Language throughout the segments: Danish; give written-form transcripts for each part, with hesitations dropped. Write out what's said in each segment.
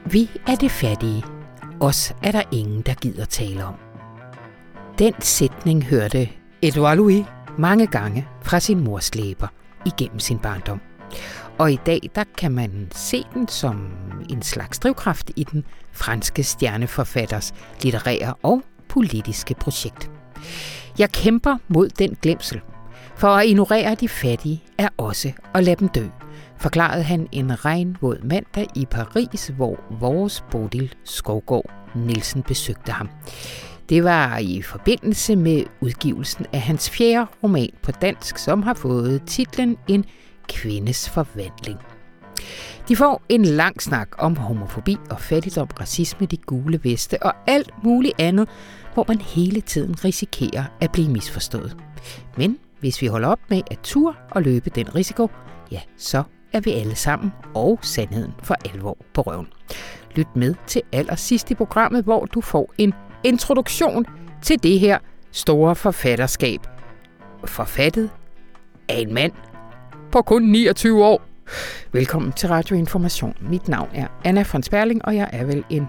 Vi er det fattige. Os er der ingen, der gider tale om. Den sætning hørte Edouard Louis mange gange fra sin mors læber igennem sin barndom. Og i dag, der kan man se den som en slags drivkraft i den franske stjerneforfatters litterære og politiske projekt. Jeg kæmper mod den glemsel, for at ignorere de fattige er også at lade dem dø, forklarede han en regnvåd mandag i Paris, hvor vores Bodil Skovgaard Nielsen besøgte ham. Det var i forbindelse med udgivelsen af hans 4. roman på dansk, som har fået titlen En kvindes forvandling. De får en lang snak om homofobi og fattigdom, racisme, de gule veste og alt muligt andet, hvor man hele tiden risikerer at blive misforstået. Men hvis vi holder op med at turde og løbe den risiko, ja, så er vi alle sammen og sandheden for alvor på røven. Lyt med til allersidst i programmet, hvor du får en introduktion til det her store forfatterskab. Forfattet af en mand på kun 29 år. Velkommen til Radio Information. Mit navn er Anna von Sperling, og jeg er vel en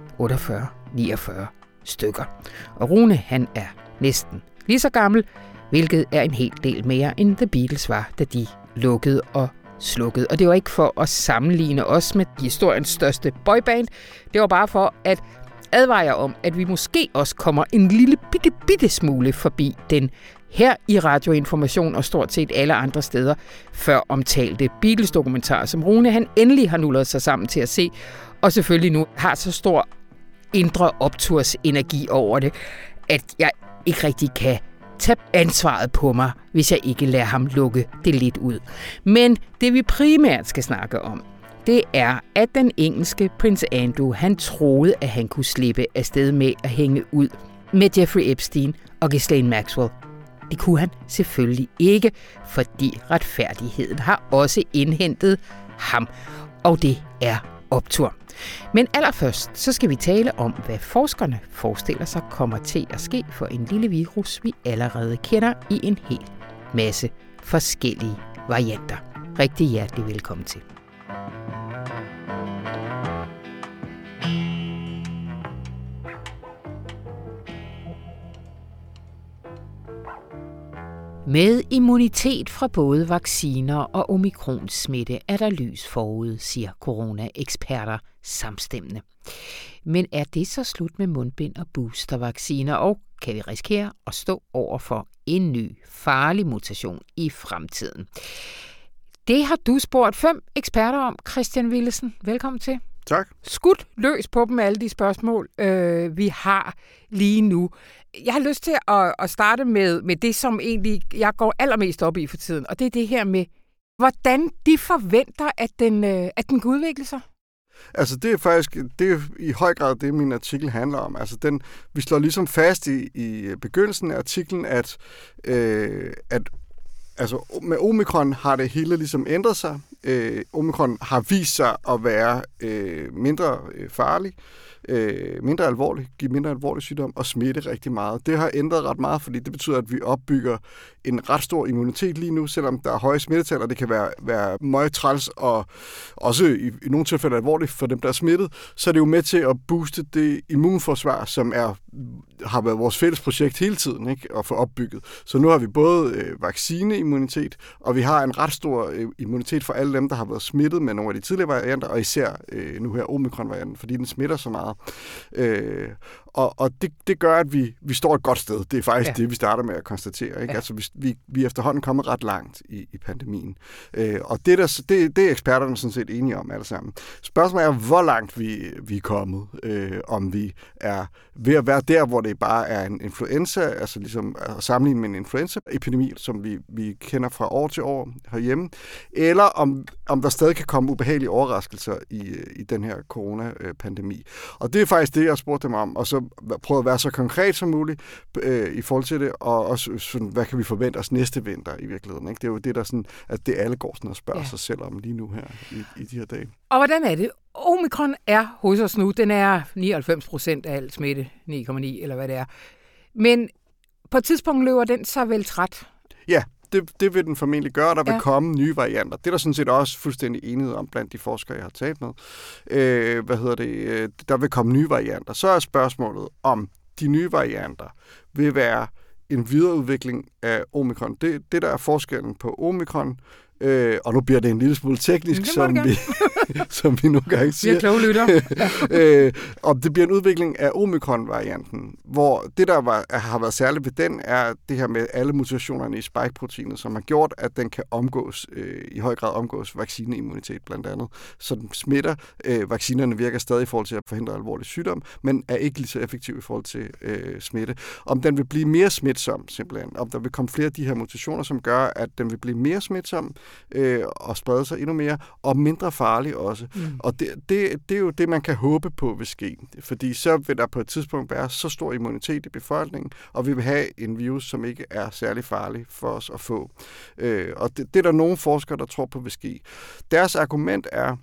48-49 stykker. Og Rune, han er næsten lige så gammel, hvilket er en hel del mere end The Beatles var, da de lukkede og slukkede. Og det var ikke for at sammenligne os med historiens største boyband. Det var bare for at advare jer om, at vi måske også kommer en lille bitte smule forbi den her i Radio Information og stort set alle andre steder før omtalte Beatles-dokumentar, som Rune han endelig har nullet sig sammen til at se, og selvfølgelig nu har så stor indre optursenergi over det, at jeg ikke rigtig kan tage ansvaret på mig, hvis jeg ikke lader ham lukke det lidt ud. Men det vi primært skal snakke om, det er, at den engelske prins Andrew, han troede, at han kunne slippe afsted med at hænge ud med Jeffrey Epstein og Ghislaine Maxwell. Det kunne han selvfølgelig ikke, fordi retfærdigheden har også indhentet ham, og det er optur. Men allerførst, så skal vi tale om, hvad forskerne forestiller sig kommer til at ske for en lille virus, vi allerede kender i en hel masse forskellige varianter. Rigtig hjertelig velkommen til. Med immunitet fra både vacciner og omikronsmitte er der lys forud, siger corona-eksperter samstemmende. Men er det så slut med mundbind og boostervacciner, og kan vi risikere at stå over for en ny farlig mutation i fremtiden? Det har du spurgt 5 eksperter om, Christian Willesen. Velkommen til. Tak. Skudt løs på dem alle de spørgsmål, vi har lige nu. Jeg har lyst til at starte med det, som egentlig jeg går allermest op i for tiden, og det er det her med, hvordan de forventer, at den kan udvikle sig. Altså det er faktisk i høj grad det, min artikel handler om. Altså vi slår ligesom fast i begyndelsen af artiklen, at altså med omikron har det hele ligesom ændret sig. Omikron har vist sig at være mindre farlig, mindre alvorlig, give mindre alvorlig sygdom og smitte rigtig meget. Det har ændret ret meget, fordi det betyder, at vi opbygger en ret stor immunitet lige nu, selvom der er høje smittetal, og det kan være meget træls og også i nogle tilfælde alvorligt for dem, der er smittet, så er det jo med til at booste det immunforsvar, som har været vores fælles projekt hele tiden, ikke? At få opbygget. Så nu har vi både vaccineimmunitet, og vi har en ret stor immunitet for alle dem, der har været smittet med nogle af de tidligere varianter, og især nu her omikron-varianten, fordi den smitter så meget. Og det gør, at vi står et godt sted. Det er faktisk det, vi starter med at konstatere. Ikke? Ja. Altså, vi er efterhånden kommet ret langt i pandemien. Og det er eksperterne sådan set enige om alle sammen. Spørgsmålet er, hvor langt vi er kommet. Om vi er ved at være der, hvor det bare er en influenza, altså ligesom at sammenligne med en influenzaepidemi, som vi kender fra år til år herhjemme, eller om der stadig kan komme ubehagelige overraskelser i den her coronapandemi. Og det er faktisk det, jeg spurgte dem om, og så prøve at være så konkret som muligt i forhold til det, og også sådan, hvad kan vi forvente os næste vinter i virkeligheden. Ikke? Det er jo det, der sådan, at det alle går sådan og spørger sig selv om lige nu her i de her dage. Og hvordan er det? Omikron er hos os nu. Den er 99% af al smitte, 9,9 eller hvad det er. Men på et tidspunkt løber den sig vel træt? Ja, det vil den formentlig gøre, der vil komme nye varianter. Det er der sådan set også fuldstændig enighed om blandt de forskere, jeg har talt med. Der vil komme nye varianter. Så er spørgsmålet, om de nye varianter vil være en videreudvikling af omikron. Det der er forskellen på omikron, og nu bliver det en lille smule teknisk, som vi nogle gange siger. Vi er kloge lytter. Om det bliver en udvikling af omikron-varianten, hvor det, der har været særligt ved den, er det her med alle mutationerne i spike-proteinet, som har gjort, at den kan i høj grad omgås vaccineimmunitet blandt andet. Så den smitter. Vaccinerne virker stadig i forhold til at forhindre alvorlig sygdom, men er ikke lige så effektiv i forhold til smitte. Om den vil blive mere smitsom, simpelthen. Om der vil komme flere af de her mutationer, som gør, at den vil blive mere smitsom, og sprede sig endnu mere, og mindre farlig også. Og det er jo det, man kan håbe på vil ske. Fordi så vil der på et tidspunkt være så stor immunitet i befolkningen, og vi vil have en virus, som ikke er særlig farlig for os at få. Og det er der nogle forskere, der tror på vil ske. Deres argument er,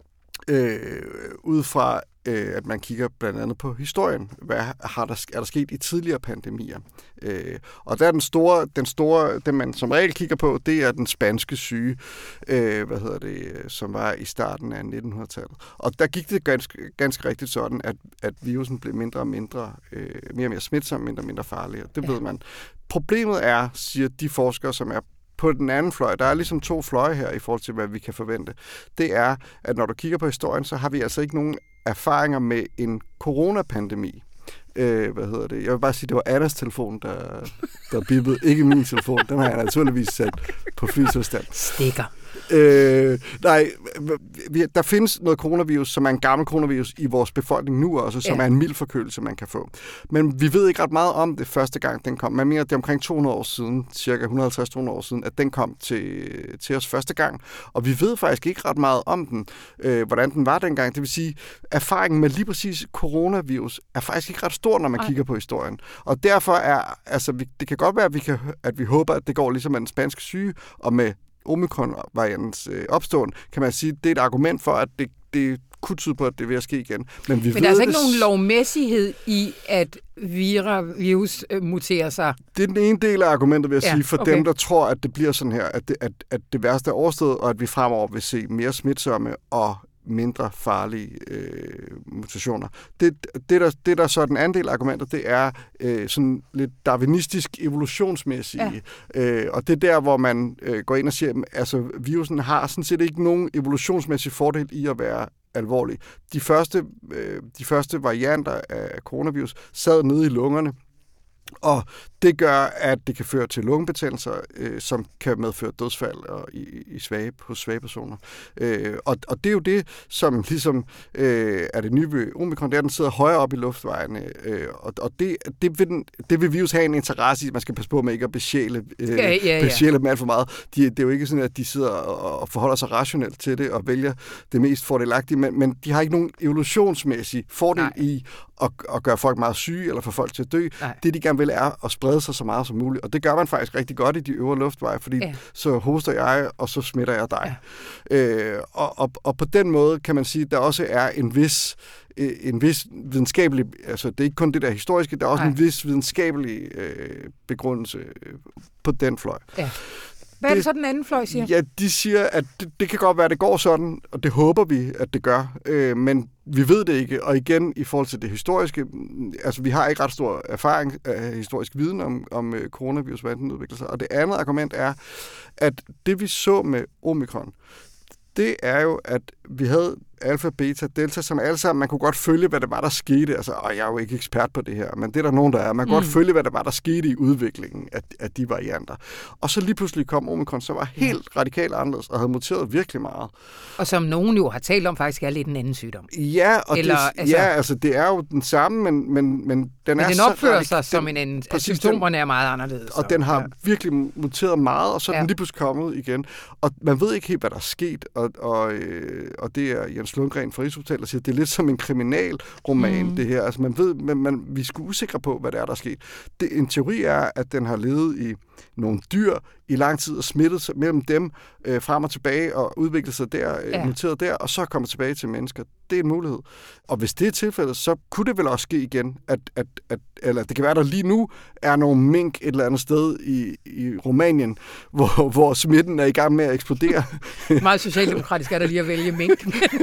ud fra at man kigger blandt andet på historien. Hvad er der sket i tidligere pandemier? Og der er den store, det man som regel kigger på, det er den spanske syge, som var i starten af 1900-tallet. Og der gik det ganske rigtigt sådan, at virusen blev mindre og mindre, mere og mere smitsom, mindre og mindre farlig. Det ved man. Problemet er, siger de forskere, som er på den anden fløj, der er ligesom to fløje her i forhold til, hvad vi kan forvente. Det er, at når du kigger på historien, så har vi altså ikke nogen erfaringer med en coronapandemi. Jeg vil bare sige, det var Annas telefon, der bippede. Ikke min telefon. Den har jeg naturligvis sat på flytilstand. Stikker. Der findes noget coronavirus, som er en gammel coronavirus i vores befolkning nu også, som er en mild forkølelse, man kan få. Men vi ved ikke ret meget om det første gang, den kom. Man mener, det er omkring 200 år siden, cirka 150-200 år siden, at den kom til os første gang. Og vi ved faktisk ikke ret meget om den, hvordan den var dengang. Det vil sige, erfaringen med lige præcis coronavirus er faktisk ikke ret stor, når man kigger på historien. Og derfor det kan godt være, at vi håber, at det går ligesom med den spanske syge, og med omikron-variantens opståen, kan man sige, det er et argument for, at det kunne tyde på, at det er ved at ske igen. Men der er altså ikke nogen lovmæssighed i, at virus muterer sig? Det er den ene del af argumentet, vil jeg sige, for dem, der tror, at det bliver sådan her, at det værste er overstået, og at vi fremover vil se mere smitsomme og mindre farlige mutationer. Det der så er den anden del af argumentet, det er sådan lidt darwinistisk evolutionsmæssige. Og det er der, hvor man går ind og siger, altså virusen har sådan set ikke nogen evolutionsmæssig fordel i at være alvorlig. De første varianter af coronavirus sad nede i lungerne, og det gør, at det kan føre til lungebetændelser, som kan medføre dødsfald hos svage personer. Og det er jo det, som ligesom er det nye ved omikron, det er, at den sidder højere op i luftvejene. Og det vil virus have en interesse i, at man skal passe på med ikke at besjæle dem alt for meget. Det er jo ikke sådan, at de sidder og forholder sig rationelt til det og vælger det mest fordelagtige, men de har ikke nogen evolutionsmæssig fordel i at gøre folk meget syge eller få folk til at dø. Det, de gerne vil, er at sprede sig så meget som muligt. Og det gør man faktisk rigtig godt i de øvre luftveje, fordi så hoster jeg, og så smitter jeg dig. Og på den måde kan man sige, at der også er en vis videnskabelig, altså det er ikke kun det der historiske, der er også en vis videnskabelig begrundelse på den fløj. Hvad er det så den anden fløj siger? Ja, de siger, at det kan godt være, at det går sådan, og det håber vi, at det gør, men vi ved det ikke. Og igen, i forhold til det historiske, altså vi har ikke ret stor erfaring af historisk viden om coronavirus, hvordan den udvikler sig. Og det andet argument er, at det vi så med omikron, det er jo, at vi havde alfa, beta, delta, som alle sammen, man kunne godt følge, hvad det var, der skete. Altså, jeg er jo ikke ekspert på det her, men det er der nogen, der er. Man kunne godt følge, hvad det var, der skete i udviklingen af de varianter. Og så lige pludselig kom omikron, så var helt radikalt anderledes og havde muteret virkelig meget. Og som nogen jo har talt om, faktisk er lidt en anden sygdom. Ja, og det er jo den samme, men den opfører sig som en anden. Symptomerne er meget anderledes. Og den har virkelig muteret meget, og så er den lige pludselig kommet igen. Og man ved ikke helt, hvad der er sket, og det er Jens Hans Lundgren fra Rigshospitalet, og siger, at det er lidt som en kriminalroman, det her. Altså man ved, vi er sgu usikre på, hvad det er, der er sket. En teori er, at den har levet i nogle dyr i lang tid og smittet sig mellem dem frem og tilbage og udviklet sig der, muteret der, og så kommer tilbage til mennesker. Det er en mulighed. Og hvis det er tilfældet, så kunne det vel også ske igen, eller det kan være, at der lige nu er nogle mink et eller andet sted i Rumænien, hvor smitten er i gang med at eksplodere. Meget socialdemokratisk er der lige at vælge mink.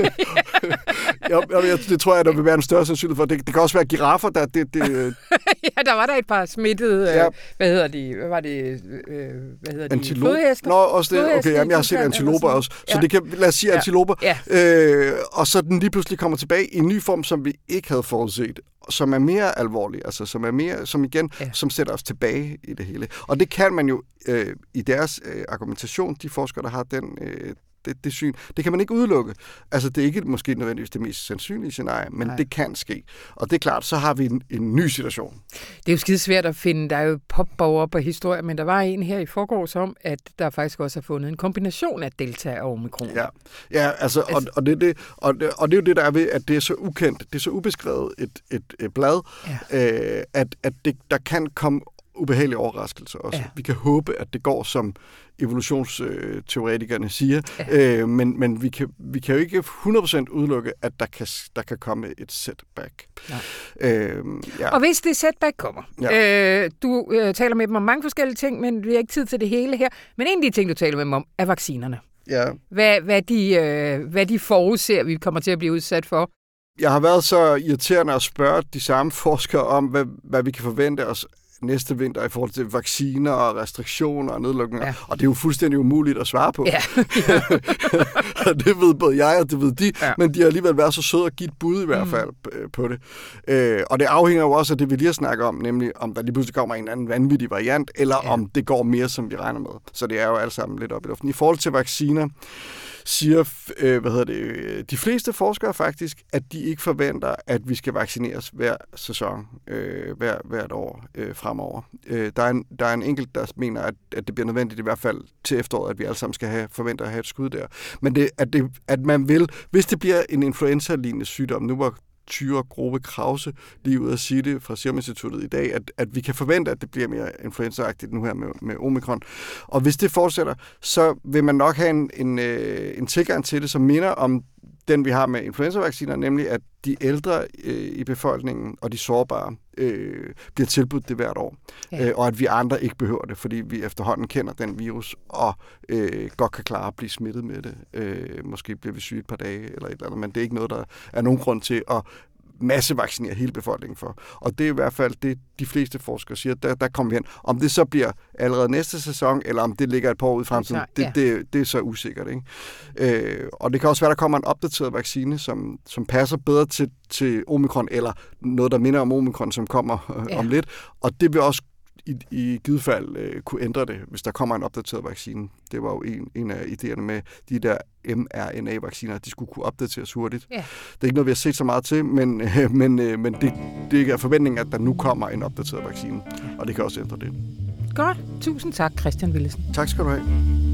Det tror jeg, der vil være en større sandsynlighed for. Det kan også være giraffer, der... Ja, der var der et par smittede... Hvad hedder de? Hvad hedder de? Flodheste? Nå, også det. Okay, jamen, jeg har set antiloper også. Så det kan, lad os sige antiloper. Ja. Og så den lige pludselig kommer tilbage i en ny form, som vi ikke havde forudset, som er mere alvorlig, altså som sætter os tilbage i det hele. Og det kan man jo i deres argumentation, de forskere, der har det syn, det kan man ikke udelukke. Altså, det er ikke måske nødvendigvis det mest sandsynlige scenarie, men det kan ske. Og det er klart, så har vi en ny situation. Det er jo skidesvært at finde, der er jo popborger på historie, men der var en her i forgårs om, at der faktisk også er fundet en kombination af Delta og Omikron. Ja, og det er jo det, der er ved, at det er så ukendt, det er så ubeskrevet et blad, at der kan komme ubehagelige overraskelser også. Ja. Vi kan håbe, at det går, som evolutionsteoretikerne siger, men vi kan jo ikke 100% udelukke, at der kan komme et setback. Og hvis det setback kommer, du taler med dem om mange forskellige ting, men vi har ikke tid til det hele her, men en af de ting, du taler med dem om, er vaccinerne. Ja. Hvad de forudser, vi kommer til at blive udsat for. Jeg har været så irriterende at spørge de samme forskere om, hvad vi kan forvente os næste vinter i forhold til vacciner og restriktioner og nedlukninger. Ja. Og det er jo fuldstændig umuligt at svare på. Ja. Det ved både jeg, og det ved de, men de har alligevel været så søde at give et bud i hvert fald på det. Og det afhænger jo også af det, vi lige har snakket om, nemlig om der lige pludselig kommer en anden vanvittig variant, eller om det går mere, som vi regner med. Så det er jo alt sammen lidt op i luften. I forhold til vacciner, siger de fleste forskere faktisk, at de ikke forventer, at vi skal vaccineres hver sæson, hvert år fremover. Der er en enkelt, der mener, at det bliver nødvendigt i hvert fald til efteråret, at vi alle sammen skal forvente at have et skud der. Men at man vil, hvis det bliver en influenza-lignende sygdom, nu var Tyre Grove Krause lige ud at sige det fra Serum Instituttet i dag, at vi kan forvente, at det bliver mere influenza-agtigt nu her med Omikron. Og hvis det fortsætter, så vil man nok have en tilgang til det, som minder om den, vi har med influenza-vacciner, nemlig at de ældre i befolkningen og de sårbare bliver tilbudt det hvert år. Og at vi andre ikke behøver det, fordi vi efterhånden kender den virus og godt kan klare at blive smittet med det. Måske bliver vi syge et par dage eller et eller andet, men det er ikke noget, der er nogen grund til at massevaccinere hele befolkningen for. Og det er i hvert fald det, de fleste forskere siger, der kommer vi hen. Om det så bliver allerede næste sæson, eller om det ligger et par år ud i fremtiden, det er så usikkert. Ikke? Og det kan også være, der kommer en opdateret vaccine, som passer bedre til Omikron, eller noget, der minder om Omikron, som kommer om lidt. Og det vil også i givet fald kunne ændre det, hvis der kommer en opdateret vaccine. Det var jo en af idéerne med de der mRNA-vacciner, at de skulle kunne opdateres hurtigt. Ja. Det er ikke noget, vi har set så meget til, men det er forventningen, at der nu kommer en opdateret vaccine, og det kan også ændre det. Godt. Tusind tak, Christian Willesen. Tak skal du have.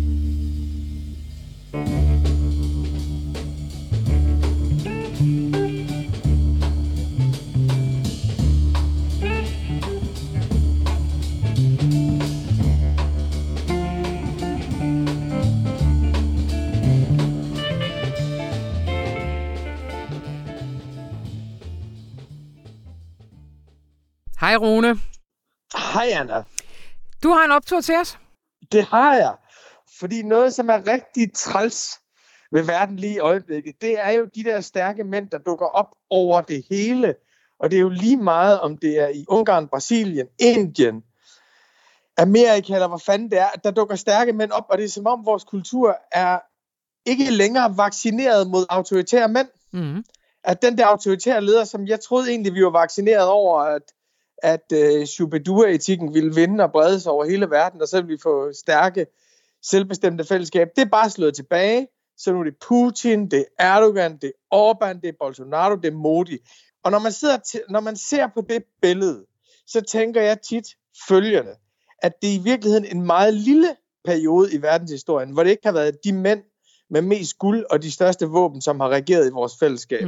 Hej Rune. Hej Anna. Du har en optur til os? Det har jeg. Fordi noget, som er rigtig træls ved verden lige i øjeblikket, det er jo de der stærke mænd, der dukker op over det hele. Og det er jo lige meget, om det er i Ungarn, Brasilien, Indien, Amerika, eller hvor fanden det er, der dukker stærke mænd op. Og det er som om vores kultur er ikke længere vaccineret mod autoritære mænd. Mm-hmm. At den der autoritære leder, som jeg troede egentlig, vi var vaccineret over, at Shubidua-etikken ville vinde og brede sig over hele verden, og så ville vi få stærke, selvbestemte fællesskab. Det er bare slået tilbage. Så nu er det Putin, det er Erdogan, det er Orbán, det er Bolsonaro, det er Modi. Og når man ser på det billede, så tænker jeg tit følgende, at det er i virkeligheden en meget lille periode i verdenshistorien, hvor det ikke har været de mænd med mest guld og de største våben, som har regeret i vores fællesskab.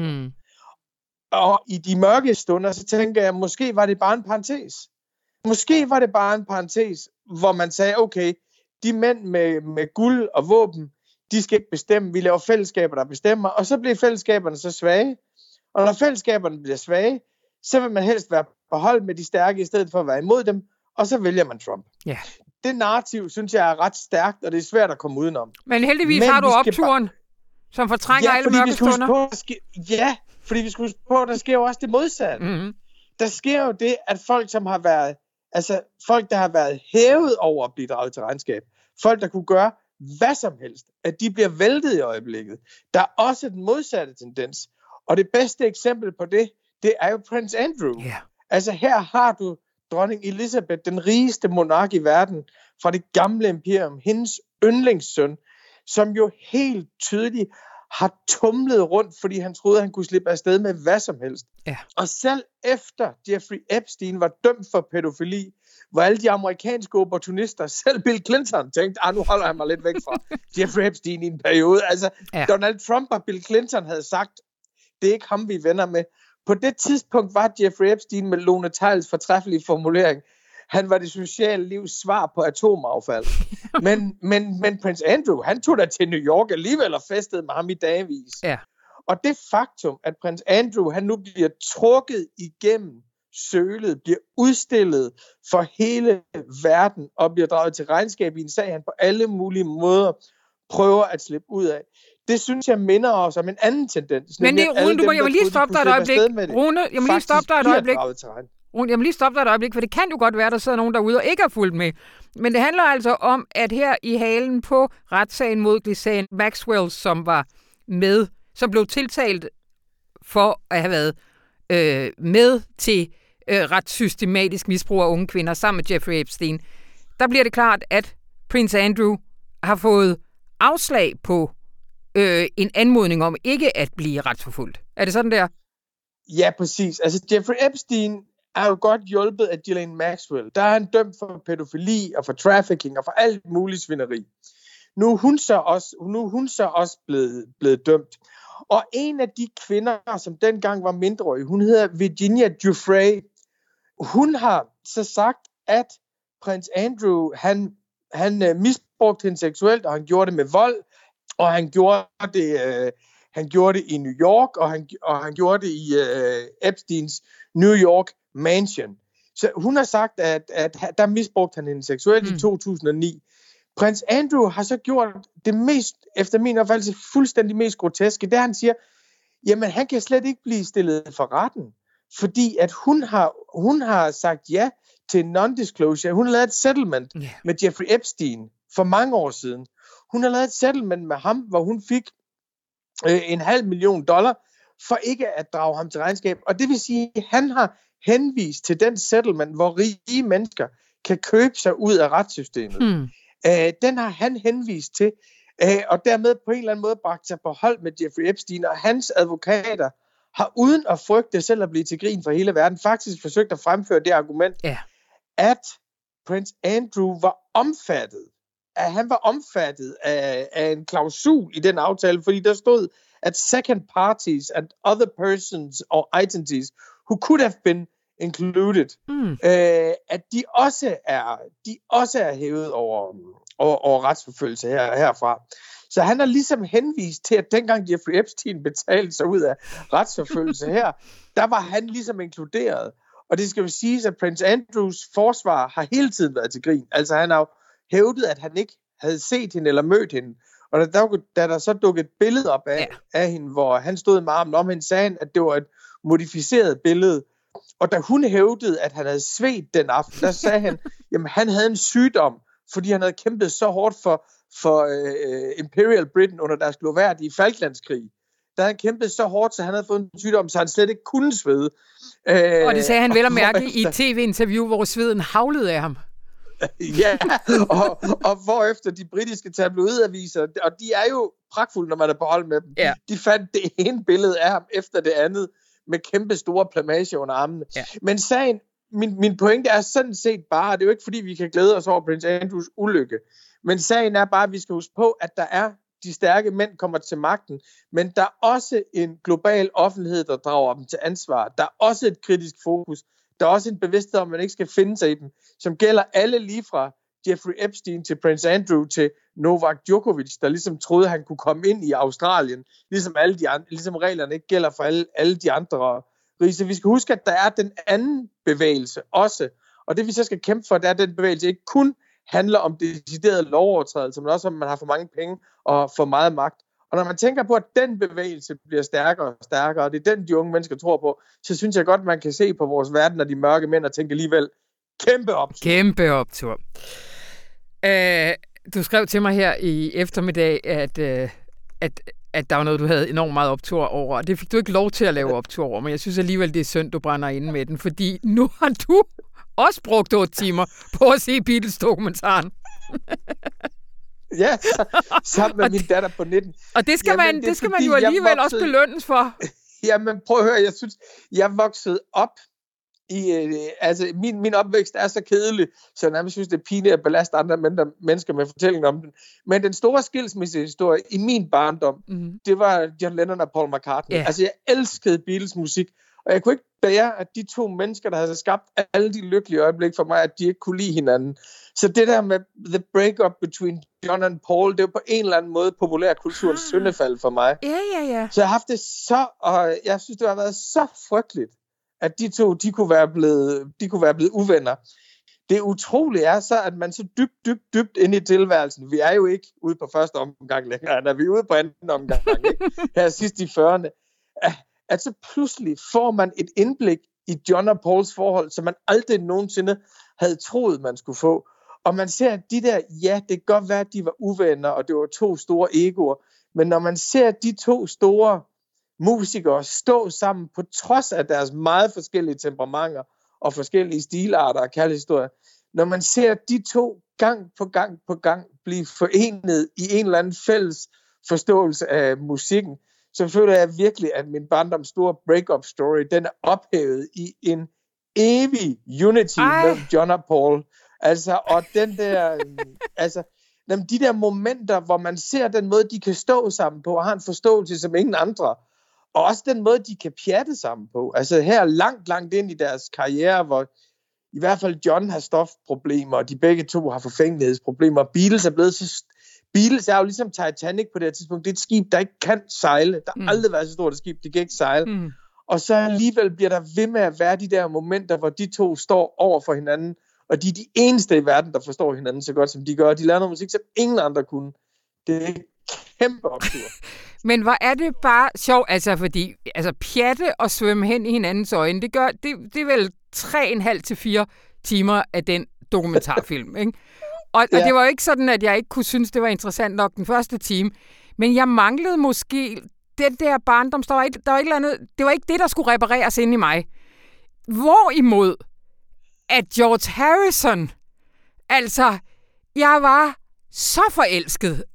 Og i de mørke stunder, så tænker jeg, måske var det bare en parentes. Måske var det bare en parentes, hvor man sagde, okay, de mænd med guld og våben, de skal ikke bestemme, vi laver fællesskaber, der bestemmer, og så bliver fællesskaberne så svage. Og når fællesskaberne bliver svage, så vil man helst være på hold med de stærke, i stedet for at være imod dem, og så vælger man Trump. Ja. Det narrativ, synes jeg, er ret stærkt, og det er svært at komme udenom. Men heldigvis har du opturen, som fortrænger alle mørke stunder. Fordi vi skal huske på, der sker jo også det modsatte. Mm-hmm. Der sker jo det, at folk, som har været, folk, der har været hævet over at blive draget til regnskab, folk, der kunne gøre hvad som helst, at de bliver væltet i øjeblikket. Der er også den modsatte tendens. Og det bedste eksempel på det er jo Prince Andrew. Yeah. Altså her har du dronning Elizabeth, den rigeste monark i verden, fra det gamle imperium, hendes yndlingssøn, som jo helt tydeligt har tumlet rundt, fordi han troede, at han kunne slippe afsted med hvad som helst. Ja. Og selv efter Jeffrey Epstein var dømt for pædofili, hvor alle de amerikanske opportunister, selv Bill Clinton, tænkte, nu holder han mig lidt væk fra Jeffrey Epstein i en periode. Altså, Donald Trump og Bill Clinton havde sagt, det er ikke ham, vi er venner med. På det tidspunkt var Jeffrey Epstein med Lone Theils fortræffelige formulering. Han var det sociale livs svar på atomaffald. men Prince Andrew, han tog da til New York alligevel og festede med ham i dagvis. Ja. Og det faktum, at Prince Andrew, han nu bliver trukket igennem sølet, bliver udstillet for hele verden og bliver draget til regnskab i en sag, han på alle mulige måder prøver at slippe ud af. Det synes jeg minder os om en anden tendens. Men det, Rune, jeg vil lige stoppe dig et øjeblik. Rune, jeg må lige stoppe dig et øjeblik. Jeg må lige stoppe dig et øjeblik, for det kan jo godt være, der sidder nogen derude og ikke har fulgt med. Men det handler altså om, at her i halen på retssagen mod Ghislaine Maxwell, som var med, som blev tiltalt for at have været med til ret systematisk misbrug af unge kvinder sammen med Jeffrey Epstein, der bliver det klart, at Prince Andrew har fået afslag på en anmodning om ikke at blive retsforfulgt. Er det sådan der? Ja, præcis. Altså Jeffrey Epstein er jo godt hjulpet af Ghislaine Maxwell. Der er han dømt for pædofili og for trafficking og for alt muligt svineri. Nu er hun så også blevet dømt. Og en af de kvinder, som dengang var mindreårige, hun hedder Virginia Giuffre. Hun har så sagt, at Prins Andrew, han misbrugte hende seksuelt, og han gjorde det med vold, og han gjorde det i New York, og han gjorde det i Epsteins New York Mansion. Så hun har sagt, at der misbrugte han hende seksuelt i 2009. Prins Andrew har så gjort det mest, efter min opfattelse, fuldstændig mest groteske, det han siger, jamen han kan slet ikke blive stillet for retten, fordi at hun har sagt ja til non-disclosure. Hun har lavet et settlement med Jeffrey Epstein for mange år siden. Hun har lavet et settlement med ham, hvor hun fik $500,000 for ikke at drage ham til regnskab. Og det vil sige, at han har henvist til den settlement, hvor rige mennesker kan købe sig ud af retssystemet. Den har han henvist til, og dermed på en eller anden måde bragt sig på hold med Jeffrey Epstein, og hans advokater har uden at frygte selv at blive til grin for hele verden, faktisk forsøgt at fremføre det argument, at Prince Andrew var omfattet, af en klausul i den aftale, fordi der stod, at second parties and other persons or entities who could have been included, at de også er hævet over retsforfølgelse herfra. Så han har ligesom henvist til, at dengang Jeffrey Epstein betalte sig ud af retsforfølgelse her, der var han ligesom inkluderet. Og det skal jo siges, at Prince Andrews forsvar har hele tiden været til grin. Altså han har jo hævdet, at han ikke havde set hende eller mødt hende. Og da der så dukkede et billede op af hende, hvor han stod med armen om hende, sagde han, at det var et modificeret billede. Og da hun hævdede, at han havde svedt den aften, der sagde han, jamen han havde en sygdom, fordi han havde kæmpet så hårdt for Imperial Britain under deres glorværdige Falklandskrig. Der havde han kæmpet så hårdt, så han havde fået en sygdom, så han slet ikke kunne svede. Og det sagde han vel at mærke i et tv-interview, hvor sveden havlede af ham. Ja, og hvorefter de britiske tabloidaviser, og de er jo pragtfulde, når man er på hold med dem, de fandt det ene billede af ham efter det andet, med kæmpe store plamager under armene. Men sagen, min pointe er sådan set bare, det er jo ikke fordi, vi kan glæde os over Prince Andrews ulykke, men sagen er bare, at vi skal huske på, at der er de stærke mænd kommer til magten, men der er også en global offentlighed, der drager dem til ansvar. Der er også et kritisk fokus. Der er også en bevidsthed om, at man ikke skal finde sig i dem, som gælder alle lige fra Jeffrey Epstein til Prince Andrew til Novak Djokovic, der ligesom troede, han kunne komme ind i Australien, ligesom ligesom reglerne ikke gælder for alle de andre rige. Så vi skal huske, at der er den anden bevægelse også, og det vi så skal kæmpe for, det er, at den bevægelse ikke kun handler om deciderede lovovertrædelser, men også om, man har for mange penge og for meget magt. Og når man tænker på, at den bevægelse bliver stærkere og stærkere, og det er den, de unge mennesker tror på, så synes jeg godt, man kan se på vores verden, og de mørke mænd, og tænke alligevel, kæmpe optur. Kæmpe optur. Du skrev til mig her i eftermiddag, at der var noget, du havde enormt meget optur over. Det fik du ikke lov til at lave optur over, men jeg synes alligevel, det er synd, du brænder inde med den, fordi nu har du også brugt 8 timer på at se Beatles-dokumentaren. Ja, sammen med min datter på 19. Og det skal man jo alligevel også belønnes for. Jamen prøv at høre, jeg synes, jeg voksede op i, min opvækst er så kedelig, så jeg nærmest synes, det er pinligt at belaste andre mennesker med fortællinger om den. Men den store skilsmissehistorie i min barndom, det var John Lennon og Paul McCartney. Yeah. Altså jeg elskede Beatles musik, og jeg kunne ikke bære, at de to mennesker, der havde skabt alle de lykkelige øjeblikke for mig, at de ikke kunne lide hinanden. Så det der med the breakup between John and Paul, det var på en eller anden måde populærkulturens syndefald for mig. Ja. Så jeg har haft det og jeg synes, det har været så frygteligt, at de to, de kunne være blevet uvenner. Det utrolige er så, at man så dybt ind i tilværelsen, vi er jo ikke ude på første omgang længere, når vi er ude på anden omgang, ikke? Her sidst i 40'erne, at så pludselig får man et indblik i John og Pauls forhold, som man aldrig nogensinde havde troet, man skulle få. Og man ser de der, ja, det kan godt være, at de var uvenner, og det var to store egoer, men når man ser de to store musikere stå sammen på trods af deres meget forskellige temperamenter og forskellige stilarter og kærlighedshistorier, når man ser de to gang på gang blive forenet i en eller anden fælles forståelse af musikken, så føler jeg virkelig, at min barndoms store break-up story, den er ophævet i en evig unity med John og Paul. Altså, og den der, de der momenter, hvor man ser den måde, de kan stå sammen på, og har en forståelse som ingen andre, og også den måde, de kan pjatte sammen på. Altså her langt ind i deres karriere, hvor i hvert fald John har stofproblemer, og de begge to har forfængelighedsproblemer. Beatles er jo ligesom Titanic på det her tidspunkt. Det er et skib, der ikke kan sejle. Der har aldrig været så stort et skib, det kan ikke sejle. Og så alligevel bliver der ved med at være de der momenter, hvor de to står over for hinanden, og de er de eneste i verden, der forstår hinanden så godt, som de gør. De laver noget musik, som ingen andre kunne. Det er kæmpe optur. Men hvor er det bare sjovt, altså fordi pjatte og svømme hen i hinandens øjne, det er vel 3,5 til 4 timer af den dokumentarfilm, ikke? Og det var jo ikke sådan, at jeg ikke kunne synes, det var interessant nok den første time, men jeg manglede måske det der barndoms, der var et eller andet, det var ikke det, der skulle repareres inde i mig. Hvorimod, at George Harrison, altså, jeg var så forelsket,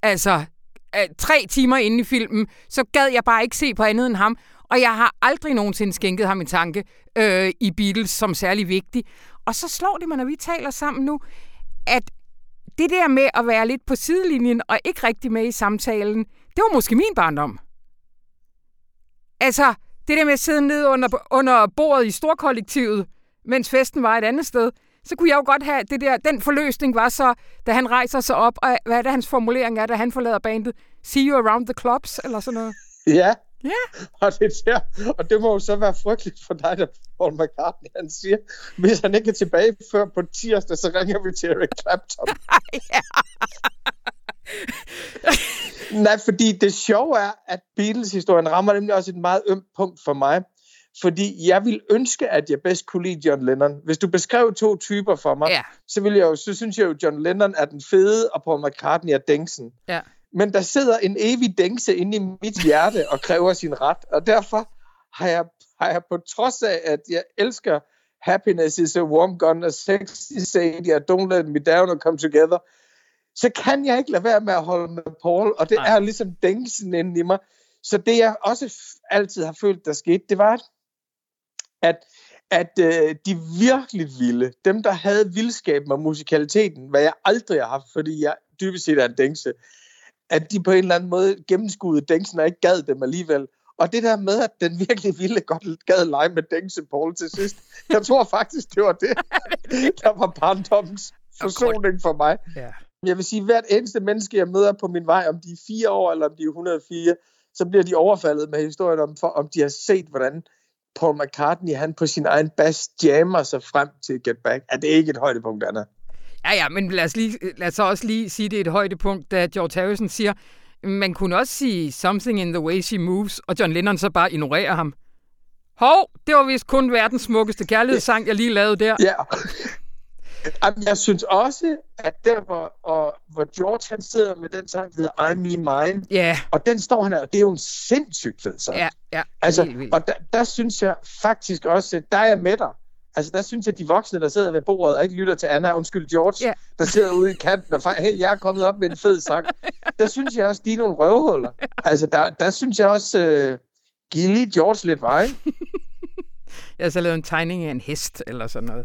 3 timer inde i filmen, så gad jeg bare ikke se på andet end ham, og jeg har aldrig nogensinde skænket ham en tanke i Beatles som særlig vigtig. Og så slår det mig, når vi taler sammen nu, at det der med at være lidt på sidelinjen og ikke rigtig med i samtalen, det var måske min barndom. Altså, det der med at sidde nede under bordet i storkollektivet, mens festen var et andet sted, så kunne jeg jo godt have det der, den forløsning var så, da han rejser sig op, og hvad er det, hans formulering er, da han forlader bandet? See you around the clubs, eller sådan noget? Ja. Og det må jo så være frygteligt for dig, da Paul McCartney, han siger, hvis han ikke er tilbage før på tirsdag, så ringer vi til Eric Clapton. Nej, fordi det sjove er, at Beatles-historien rammer nemlig også et meget ømt punkt for mig. Fordi jeg vil ønske, at jeg bedst kunne lide John Lennon. Hvis du beskrev 2 typer for mig, så synes jeg jo, John Lennon er den fede, og Paul McCartney er dængsen. Ja. Men der sidder en evig dængse inde i mit hjerte og kræver sin ret. Og derfor har jeg på trods af, at jeg elsker Happiness is a Warm Gun og Sexy Sadie og Don't Let Me Down og Come Together, så kan jeg ikke lade være med at holde med Paul. Og det er ligesom dængsen inde i mig. Så det jeg også altid har følt, der skete, det var, at de virkelig ville, dem der havde vildskaben og musikaliteten, hvad jeg aldrig har haft, fordi jeg dybest set er en dængse, at de på en eller anden måde gennemskuede Dengsen og ikke gad dem alligevel. Og det der med, at den virkelig ville godt gad lege med Dengsen Paul til sidst, jeg tror faktisk, det var det, der var barndommens forsoning for mig. Ja. Jeg vil sige, at hvert eneste menneske, jeg møder på min vej, om de er 4 år eller om de er 104, så bliver de overfaldet med historien om de har set, hvordan Paul McCartney, han på sin egen bass jammer sig frem til Get Back. Er det ikke et højdepunkt, Anna? Ja, men lad os så også lige sige, det er et højdepunkt, da George Harrison siger, man kunne også sige Something in the Way She Moves, og John Lennon så bare ignorerer ham. Hov, det var vist kun verdens smukkeste kærlighedssang, jeg lige lavede der. Ja. Jamen, jeg synes også, at der, hvor George han sidder med den sang, der hedder I Me Mine, og den står han her, og det er jo en sindssygt fed sang. Ja, altså, og der synes jeg faktisk også, at der er med dig. Altså, der synes jeg, at de voksne, der sidder ved bordet og ikke lytter til Anna, George, der sidder ude i kanten og hey, jeg er kommet op med en fed sang. Der synes jeg også, de er nogle røvhuller. Altså, der synes jeg også, giv lige George lidt vej. Jeg har så lavet en tegning af en hest, eller sådan noget.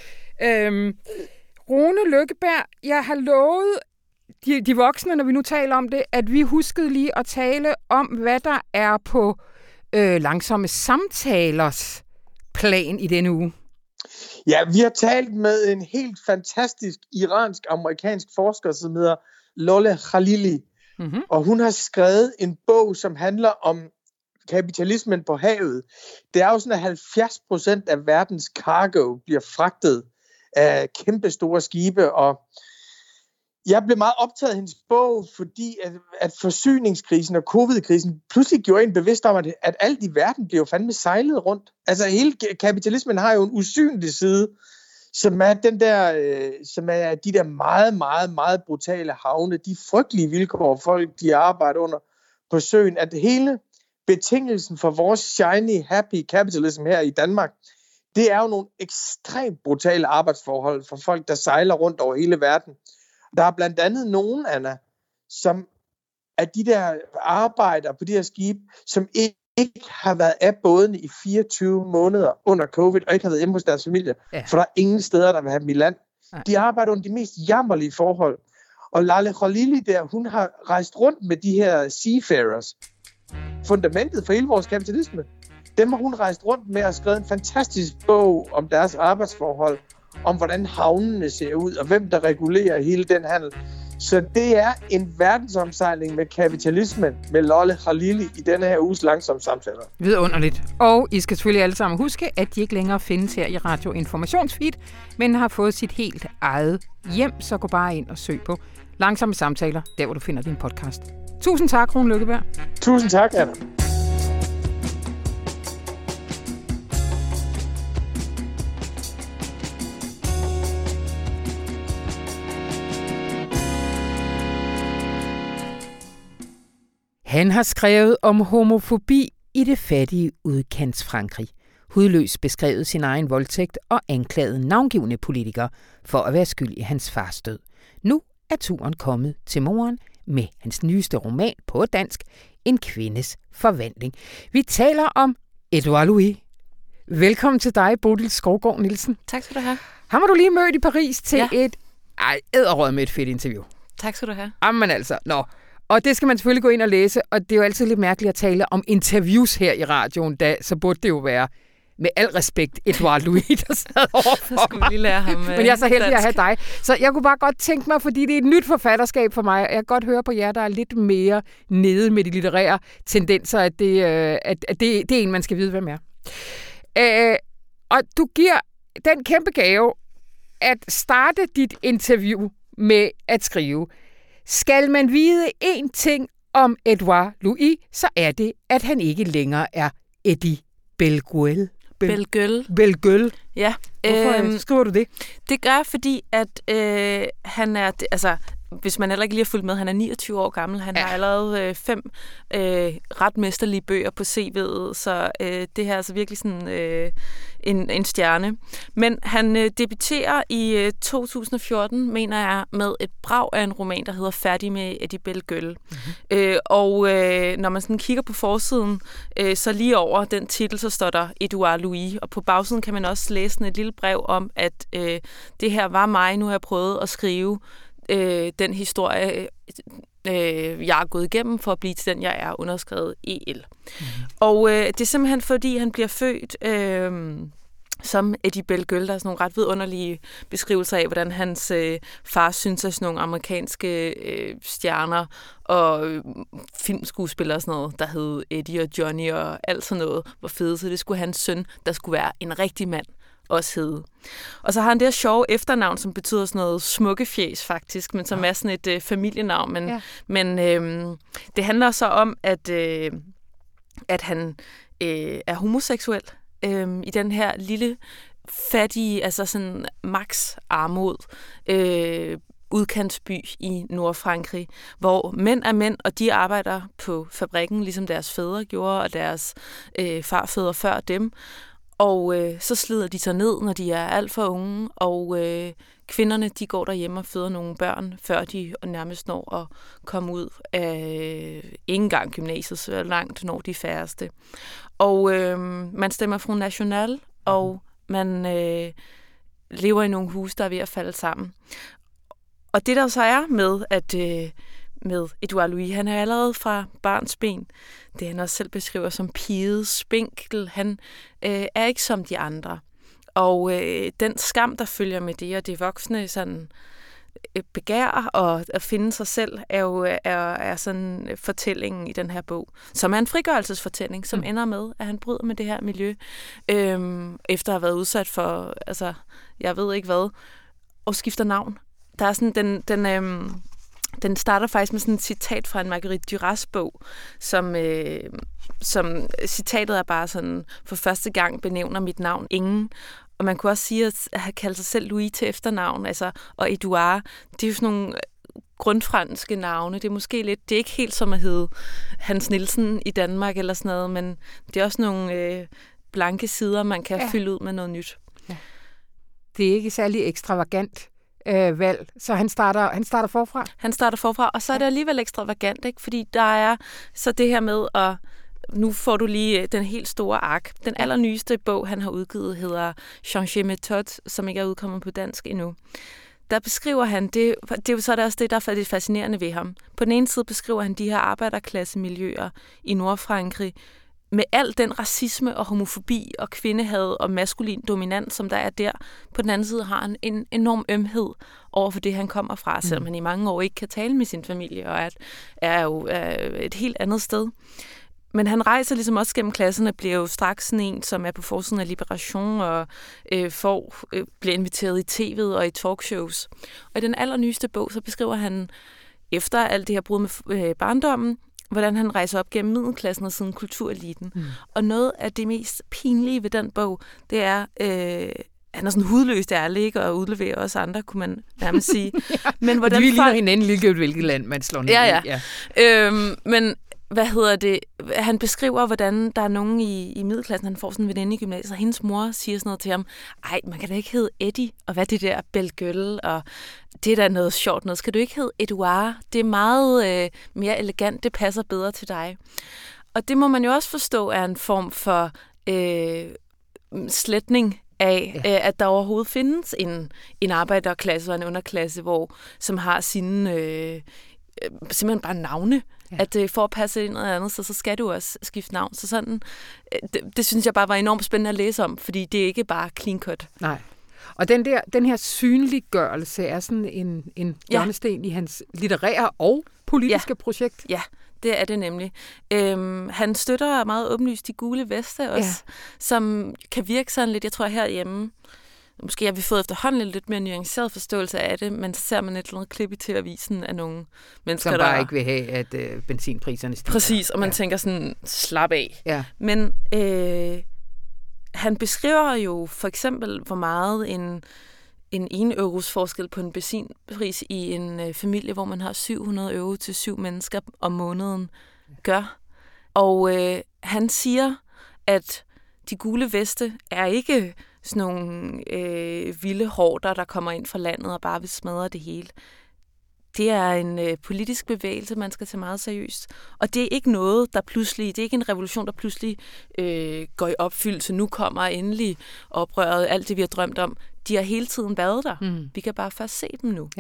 Rune Lykkeberg, jeg har lovet de voksne, når vi nu taler om det, at vi huskede lige at tale om, hvad der er på langsomme samtalers plan i denne uge. Ja, vi har talt med en helt fantastisk iransk-amerikansk forsker, som hedder Lolle Khalili. Mm-hmm. Og hun har skrevet en bog, som handler om kapitalismen på havet. Det er jo sådan, at 70% af verdens cargo bliver fragtet af kæmpe store skibe, og jeg blev meget optaget af hendes bog, fordi at forsyningskrisen og covid-krisen pludselig gjorde en bevidst om, at alt i verden blev fandme sejlet rundt. Altså hele kapitalismen har jo en usynlig side, som er som er de der meget, meget, meget brutale havne, de frygtelige vilkår, folk de arbejder under på søen, at hele betingelsen for vores shiny, happy capitalism her i Danmark, det er jo nogle ekstremt brutale arbejdsforhold for folk, der sejler rundt over hele verden. Der er blandt andet nogen, Anna, som er de der arbejdere på de her skibe, som ikke har været af bådene i 24 måneder under covid, og ikke har været hjemme hos deres familie, for der er ingen steder, der vil have dem i land. De arbejder under de mest jammerlige forhold. Og Lolle Khalili der, hun har rejst rundt med de her seafarers. Fundamentet for hele vores kapitalisme. Dem har hun rejst rundt med og skrevet en fantastisk bog om deres arbejdsforhold, om hvordan havnene ser ud, og hvem der regulerer hele den handel. Så det er en verdensomsejling med kapitalismen med Lolle Khalili i denne her uges langsomme samtaler. Vidunderligt. Og I skal selvfølgelig alle sammen huske, at de ikke længere findes her i Radio Informationsfeed, men har fået sit helt eget hjem, så gå bare ind og søg på Langsomme Samtaler, der hvor du finder din podcast. Tusind tak, Rune Lykkeberg. Tusind tak, Anna. Han har skrevet om homofobi i det fattige udkants Frankrig. Hudløs beskrevet sin egen voldtægt og anklaget navngivne politikere for at være skyld i hans fars død. Nu er turen kommet til moren med hans nyeste roman på dansk, En kvindes forvandling. Vi taler om Edouard Louis. Velkommen til dig, Bodil Skovgaard Nielsen. Tak skal du have. Ham har du lige mødt i Paris til et edderrød med et fedt interview. Tak skal du have. Jamen altså, Og det skal man selvfølgelig gå ind og læse, og det er jo altid lidt mærkeligt at tale om interviews her i radioen, så burde det jo være, med al respekt, Edouard Louis, der sad overfor mig. Lige lære ham, men jeg er så heldig at have dig. Så jeg kunne bare godt tænke mig, fordi det er et nyt forfatterskab for mig, og jeg kan godt høre på jer, der er lidt mere nede med de litterære tendenser, at det er en, man skal vide, hvem er. Og du giver den kæmpe gave at starte dit interview med at skrive: skal man vide én ting om Edouard Louis, så er det, at han ikke længere er Eddie Bellegueule. Bellegueule. Ja. Hvorfor skriver du det? Det gør, fordi at han er... Altså, hvis man heller ikke lige har fulgt med, han er 29 år gammel. Han har allerede 5 ret mesterlige bøger på CV'et, så det her er altså virkelig sådan en stjerne. Men han debuterer i 2014, mener jeg, med et brag af en roman, der hedder Færdig med Eddie Bellegueule. Mm-hmm. Og når man sådan kigger på forsiden, så lige over den titel, så står der Edouard Louis, og på bagsiden kan man også læse et lille brev om, at det her var mig, nu har jeg prøvet at skrive den historie, jeg er gået igennem for at blive til den, jeg er, underskrevet EL. Og det er simpelthen, fordi han bliver født som Eddie Bellegueule. Der er sådan nogle ret vidunderlige beskrivelser af, hvordan hans far synes, at sådan nogle amerikanske stjerner og filmskuespillere og sådan noget, der hed Eddie og Johnny og alt sådan noget, var fede. Så det skulle hans søn, der skulle være en rigtig mand, også hedde. Og så har han det her sjove efternavn, som betyder sådan noget smukkefjæs faktisk, men som er sådan et familienavn. Men det handler så om, at han er homoseksuel i den her lille, fattige, altså sådan max armod udkantsby i Nordfrankrig, hvor mænd er mænd, og de arbejder på fabrikken, ligesom deres fædre gjorde, og deres farfædre før dem. Og så slider de sig ned, når de er alt for unge, og kvinderne, de går derhjemme og føder nogle børn, før de nærmest når at komme ud af ikke engang gymnasiet, så langt når de færreste. Og man stemmer Front National, og man lever i nogle huse, der er ved at falde sammen. Og det der så er med Edouard Louis, han er allerede fra barnsben, det han også selv beskriver som piget, spinkel, han er ikke som de andre. Og den skam, der følger med det, og det voksne sådan begær og at finde sig selv, er sådan fortællingen i den her bog, som er en frigørelsesfortælling, som ender med, at han bryder med det her miljø, efter at have været udsat for, altså, jeg ved ikke hvad, og skifter navn. Der er sådan den starter faktisk med sådan et citat fra en Marguerite Duras bog, som citatet er bare sådan, for første gang benævner mit navn ingen. Og man kunne også sige, at have kaldt sig selv Louis til efternavn, altså, og Edouard, det er jo sådan nogle grundfranske navne. Det er måske lidt, det er ikke helt som at hedde Hans Nielsen i Danmark eller sådan noget, men det er også nogle blanke sider, man kan fylde ud med noget nyt. Ja. Det er ikke særlig ekstravagant valg, så han starter forfra? Han starter forfra, og så er det alligevel ekstravagant, ikke? Fordi der er så det her med at nu får du lige den helt store ark. Den allernyeste bog, han har udgivet, hedder Changer Méthode, som ikke er udkommet på dansk endnu. Der beskriver han, det er jo så også det, der er det fascinerende ved ham. På den ene side beskriver han de her arbejderklassemiljøer i Nordfrankrig, med al den racisme og homofobi og kvindehad og maskulin dominans, som der er der. På den anden side har han en enorm ømhed over for det, han kommer fra, selvom han i mange år ikke kan tale med sin familie, og er jo et helt andet sted. Men han rejser ligesom også gennem klasserne, bliver jo straks sådan en, som er på forsiden af Liberation og bliver inviteret i tv'et og i talkshows. Og i den allernyeste bog, så beskriver han, efter alt det her brud med barndommen, hvordan han rejser op gennem middelklassen og siden kultureliten. Og noget af det mest pinlige ved den bog, det er, han er sådan hudløst ærlig, ikke? Og udleverer også andre, kunne man nærmest sige. Men hvordan vi ligner hinanden ligegyldigt, hvilket land man slår ned i. Men han beskriver, hvordan der er nogen i middelklassen, han får sådan en veninde i gymnasiet, og hendes mor siger sådan noget til ham, ej, man kan da ikke hedde Eddie, og hvad det der Bellegueule, og det er da noget sjovt noget. Skal du ikke hedde Edouard? Det er meget mere elegant, det passer bedre til dig. Og det må man jo også forstå er en form for sletning af, at der overhovedet findes en arbejderklasse og en underklasse, som har sine simpelthen bare navne. Ja. At for at passe ind noget andet, så skal du også skifte navn. Så sådan, det synes jeg bare var enormt spændende at læse om, fordi det er ikke bare clean cut. Nej. Og den her synliggørelse er sådan en hjørnesten i hans litterære og politiske projekt. Ja, det er det nemlig. Han støtter meget åbenlyst de gule veste også, som kan virke sådan lidt, jeg tror herhjemme, måske har vi fået efterhånden lidt mere nuanceret forståelse af det, men så ser man et eller andet klip i TV-avisen af nogle mennesker, som bare ikke vil have, at benzinpriserne stiger. Præcis, og man tænker sådan, slap af. Ja. Men han beskriver jo for eksempel, hvor meget en 1 euros forskel på en benzinpris i en familie, hvor man har 700 euro til 7 mennesker om måneden, gør. Og han siger, at de gule veste er ikke sådan nogle vilde horder, der kommer ind fra landet og bare vil smadre det hele. Det er en politisk bevægelse, man skal tage meget seriøst. Og det er ikke noget, det er ikke en revolution, der pludselig går i opfyldelse. Nu kommer endelig oprøret, alt det vi har drømt om. De har hele tiden været der. Vi kan bare først se dem nu. Ja.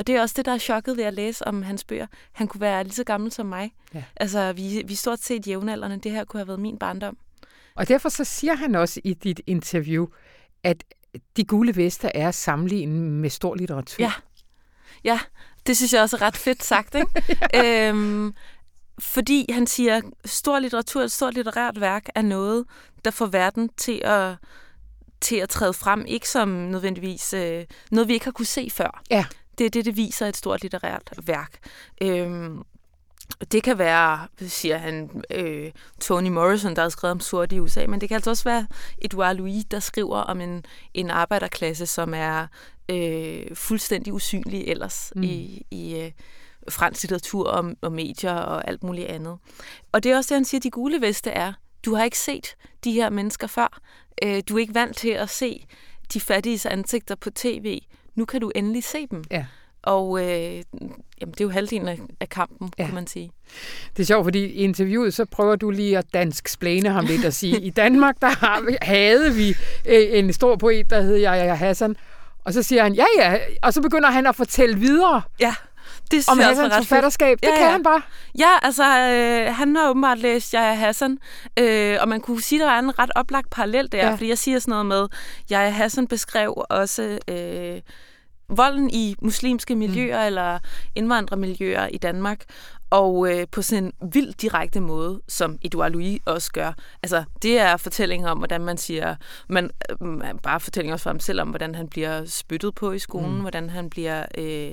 Og det er også det, der er chokket ved at læse om hans bøger. Han kunne være lige så gammel som mig. Ja. Altså, vi er stort set jævnaldrende. Det her kunne have været min barndom. Og derfor så siger han også i dit interview, at De Gule Veste er sammenlignet med stor litteratur. Ja, det synes jeg også er ret fedt sagt, ikke? Fordi han siger, stor litteratur, et stort litterært værk er noget, der får verden til at træde frem, ikke som nødvendigvis noget, vi ikke har kunne se før. Ja. Det er det viser et stort litterært værk. Det kan være, siger han, Toni Morrison, der har skrevet om sorte i USA, men det kan altså også være Edouard Louis, der skriver om en arbejderklasse, som er fuldstændig usynlig ellers i fransk litteratur og medier og alt muligt andet. Og det er også det, han siger, de gule veste er. Du har ikke set de her mennesker før. Du er ikke vant til at se de fattiges ansigter på tv. Nu kan du endelig se dem. Ja. Og jamen, det er jo halvdelen af kampen, kan man sige. Det er sjovt, fordi i interviewet, så prøver du lige at dansk-splæne ham lidt og sige, i Danmark, havde vi en stor poet, der hed Yahya Hassan. Og så siger han, ja, og så begynder han at fortælle videre. Ja. Det om Hassans forfatterskab. Det kan han bare. Ja, altså, han har åbenbart læst Yahya Hassan, og man kunne sige, at der er en ret oplagt parallel der, fordi jeg siger sådan noget med, Yahya Hassan beskrev også volden i muslimske miljøer eller indvandrermiljøer i Danmark, og på sådan en vild direkte måde, som Edouard Louis også gør. Altså, det er fortællinger om, hvordan man siger, bare fortællinger også for ham selv om, hvordan han bliver spyttet på i skolen, hvordan han bliver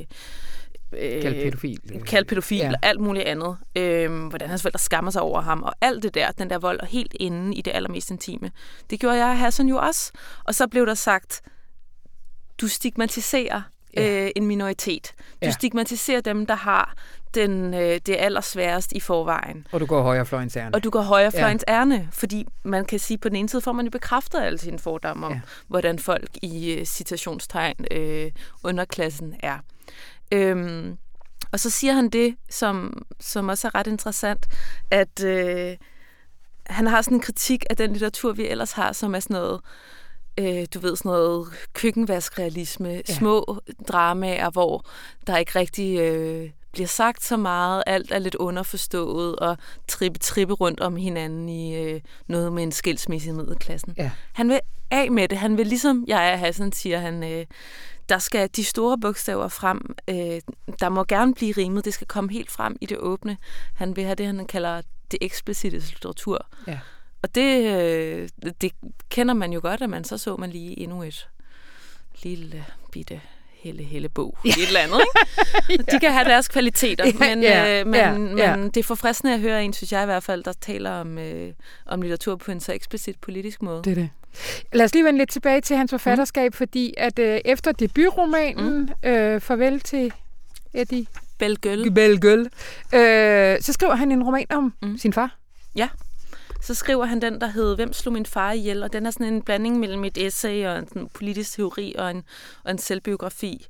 kaldt pædofil og alt muligt andet. Hvordan hans forældre skammer sig over ham, og alt det der, den der vold, og helt inde i det allermest intime. Det gjorde jeg Hassan jo også. Og så blev der sagt, du stigmatiserer en minoritet. Du stigmatiserer dem, der har det allersværest i forvejen. Og du går højrefløjens ærne. Og du går højrefløjens ærne, fordi man kan sige, på den ene side får man jo bekræftet alle sine fordomme om, hvordan folk i citationstegn underklassen er. Og så siger han det, som også er ret interessant, at han har sådan en kritik af den litteratur, vi ellers har, som er sådan noget, du ved, sådan noget køkkenvaskrealisme, små dramaer, hvor der ikke rigtig bliver sagt så meget, alt er lidt underforstået, og trippe rundt om hinanden i noget med en skilsmisse i middelklassen. Ja. Han vil af med det. Han vil ligesom Yahya Hassan, siger han, der skal de store bogstaver frem. Der må gerne blive rimet. Det skal komme helt frem i det åbne. Han vil have det, han kalder det eksplicite litteratur. Ja. Og det kender man jo godt, at man så man lige endnu et lille bitte helle bog. Et eller andet, ikke? De kan have deres kvaliteter, men det er forfriskende at høre en, synes jeg i hvert fald, der taler om litteratur på en så eksplicit politisk måde. Det er det. Lad os lige vende lidt tilbage til hans forfatterskab, fordi at efter debutromanen Farvel til Eddie Bellegueule, så skriver han en roman om sin far. Ja. Så skriver han den, der hedder Hvem slog min far ihjel? Og den er sådan en blanding mellem et essay og en politisk teori og en selvbiografi.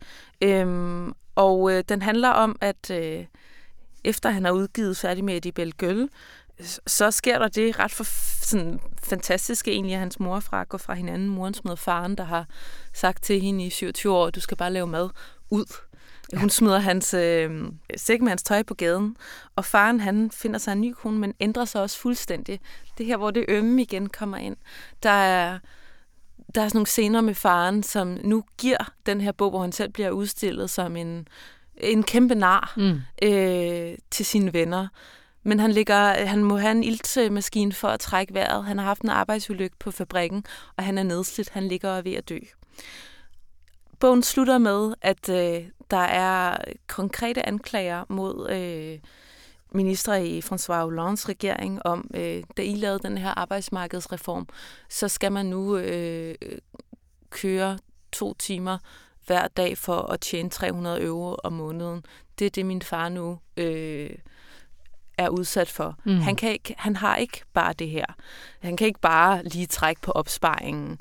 Den handler om, at efter han har udgivet færdig med Eddie Bellegueule, så sker der det ret sådan fantastiske egentlig, at hans mor og far går fra hinanden. Moren smider faren, der har sagt til hende i 27 år, du skal bare lave mad ud. Hun smider hans sæk med hans tøj på gaden, og faren han finder sig en ny kone, men ændrer sig også fuldstændig. Det her, hvor det ømme igen kommer ind. Der er sådan nogle scener med faren, som nu giver den her bog, hvor han selv bliver udstillet som en kæmpe nar til sine venner. Men han må have en iltmaskine for at trække vejret. Han har haft en arbejdsulykke på fabrikken, og han er nedslidt. Han ligger og er ved at dø. Bogen slutter med, at der er konkrete anklager mod ministre i François Hollandes regering om, da I lavede den her arbejdsmarkedsreform, så skal man nu køre 2 timer hver dag for at tjene 300 euro om måneden. Det er det, min far nu er udsat for. Han har ikke bare det her. Han kan ikke bare lige trække på opsparingen.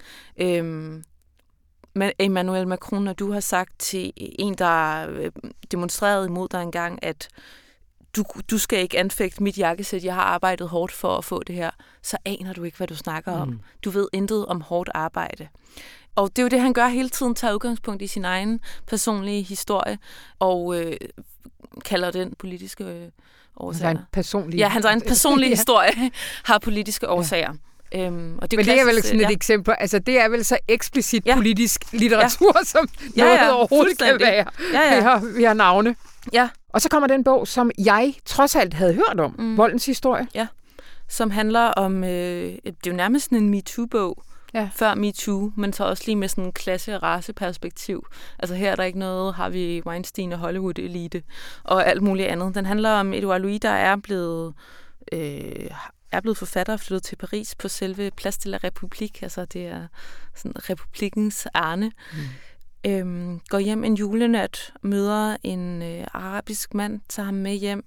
Men Emmanuel Macron, når du har sagt til en, der demonstrerede imod dig engang, at du skal ikke anfægte mit jakkesæt, jeg har arbejdet hårdt for at få det her, så aner du ikke, hvad du snakker om. Du ved intet om hårdt arbejde. Og det er jo det, han gør hele tiden, tager udgangspunkt i sin egen personlige historie, og kalder den politiske årsager. Hans egen personlige historie har politiske årsager. Og det men det er vel sådan et eksempel, altså det er vel så eksplicit politisk litteratur, som noget overhovedet kan være. Vi har navne. Ja. Og så kommer den bog, som jeg trods alt havde hørt om, Voldens historie. Ja, som handler om, det er jo nærmest sådan en MeToo-bog, før MeToo, men så også lige med sådan en klasse- og raceperspektiv. Altså her er der ikke noget, har vi Weinstein og Hollywood-elite og alt muligt andet. Den handler om Edouard Louis, der er blevet forfatter og flyttet til Paris på selve Place de la République, altså det er sådan republikkens Arne. Går hjem en julenat, møder en arabisk mand, tager ham med hjem.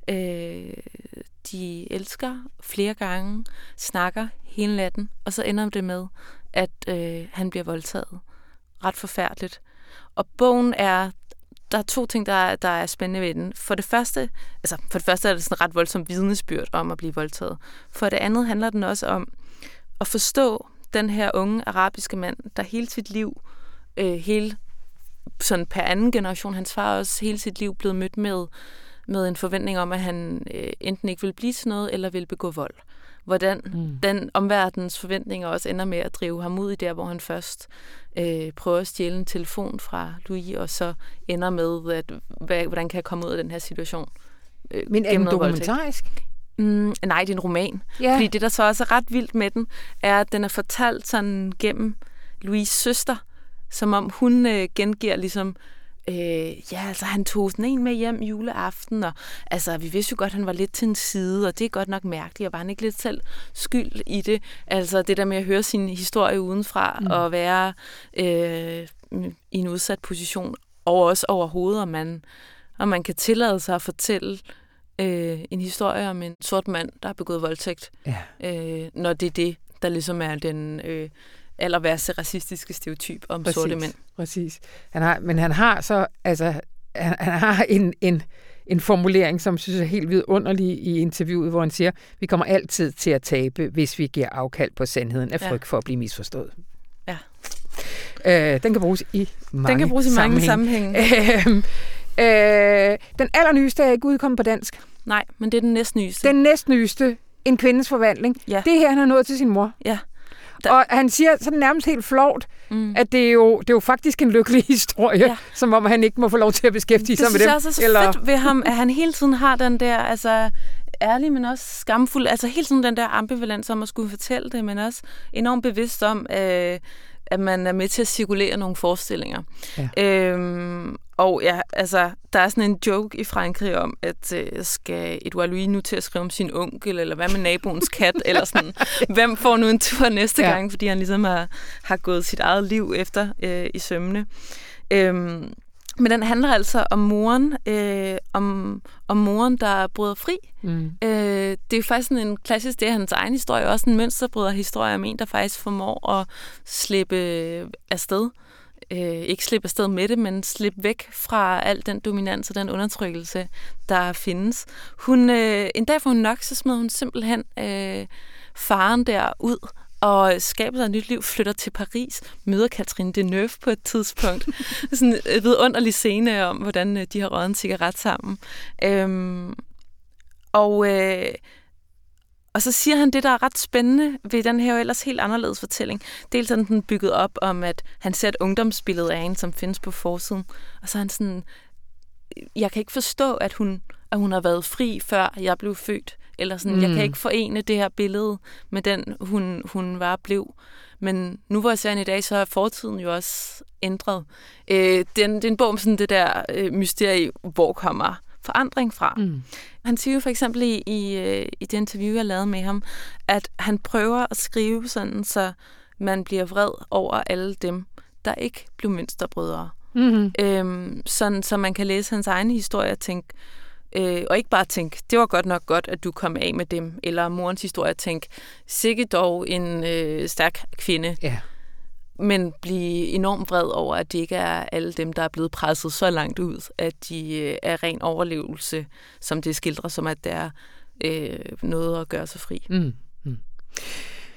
De elsker flere gange, snakker hele natten, og så ender det med, at han bliver voldtaget. Ret forfærdeligt. Og bogen er, der er 2 ting, der er spændende ved den. For det første er det sådan et ret voldsomt vidnesbyrd om at blive voldtaget. For det andet handler den også om at forstå den her unge arabiske mand, der hele sit liv, hele sådan per anden generation, hans far også hele sit liv blevet mødt med en forventning om, at han enten ikke vil blive til noget, eller vil begå vold. Hvordan den omverdens forventninger også ender med at drive ham ud i der, hvor han først prøver at stjæle en telefon fra Louis, og så ender med, hvordan kan jeg komme ud af den her situation. Men er den dokumentarisk? Nej, det er en roman. Yeah. Fordi det, der så også er ret vildt med den, er, at den er fortalt sådan gennem Louis' søster, som om hun gengiver ligesom, altså han tog sådan en med hjem juleaften, og altså vi vidste jo godt, at han var lidt til en side, og det er godt nok mærkeligt, og var han ikke lidt selv skyld i det? Altså det der med at høre sin historie udenfra, og være i en udsat position, og også overhovedet, om man kan tillade sig at fortælle en historie om en sort mand, der har begået voldtægt, når det er det, der ligesom er den aller værste racistiske stereotyp om sorte mænd. Præcis. Han har en formulering, som synes er helt vidunderlig i interviewet, hvor han siger, vi kommer altid til at tabe, hvis vi giver afkald på sandheden af frygt for at blive misforstået. Ja. Den kan bruges i mange sammenhænge. Den allernyeste er ikke udkommet på dansk. Nej, men det er den næstnyeste. Den næstnyeste, En kvindes forvandling. Ja. Det her, han har nået til sin mor. Ja. Og han siger sådan nærmest helt flovt, at det er jo faktisk en lykkelig historie, som om han ikke må få lov til at beskæftige sig med dem. Det synes jeg også er så fedt ved ham, at han hele tiden har den der, altså ærlig, men også skamfuld, altså hele tiden den der ambivalens om at skulle fortælle det, men også enormt bevidst om, at man er med til at cirkulere nogle forestillinger. Ja. Og ja, altså, der er sådan en joke i Frankrig om, at skal Edouard Louis nu til at skrive om sin onkel, eller hvad med naboens kat, eller sådan, hvem får nu en tur næste gang, fordi han ligesom har gået sit eget liv efter i sømmene. Men den handler altså om moren, om moren, der bryder fri. Det er jo faktisk sådan en klassisk, det er hans egen historie, også en mønsterbryderhistorie om en, der faktisk formår at slippe afsted. Ikke slippe afsted med det, men slippe væk fra al den dominans og den undertrykkelse, der findes. En dag får hun nok, så smider hun simpelthen faren der ud, og skaber sig et nyt liv, flytter til Paris, møder Catherine Deneuve på et tidspunkt. Sådan en vidunderlig scene om, hvordan de har røget en cigaret sammen. Og så siger han det, der er ret spændende ved den her ellers helt anderledes fortælling. Dels er den bygget op om, at han ser et ungdomsbillede af hende, som findes på forsiden. Og så er han sådan, jeg kan ikke forstå, at hun har været fri, før jeg blev født. Eller sådan, jeg kan ikke forene det her billede med den, hun var og blev. Men nu hvor jeg ser hende i dag, så er fortiden jo også ændret. Det er en bog om sådan det der mysterie, hvor kommer forandring fra. Han siger jo for eksempel i det interview, jeg lavede med ham, at han prøver at skrive sådan, så man bliver vred over alle dem, der ikke blev mønsterbrydere. Sådan, så man kan læse hans egen historie og tænke, og ikke bare tænke, det var godt nok godt, at du kom af med dem, eller morens historie tænke, sikke dog en stærk kvinde. Yeah. Men blive enormt vred over, at det ikke er alle dem, der er blevet presset så langt ud, at de er ren overlevelse, som det skildrer som, at det er noget at gøre sig fri.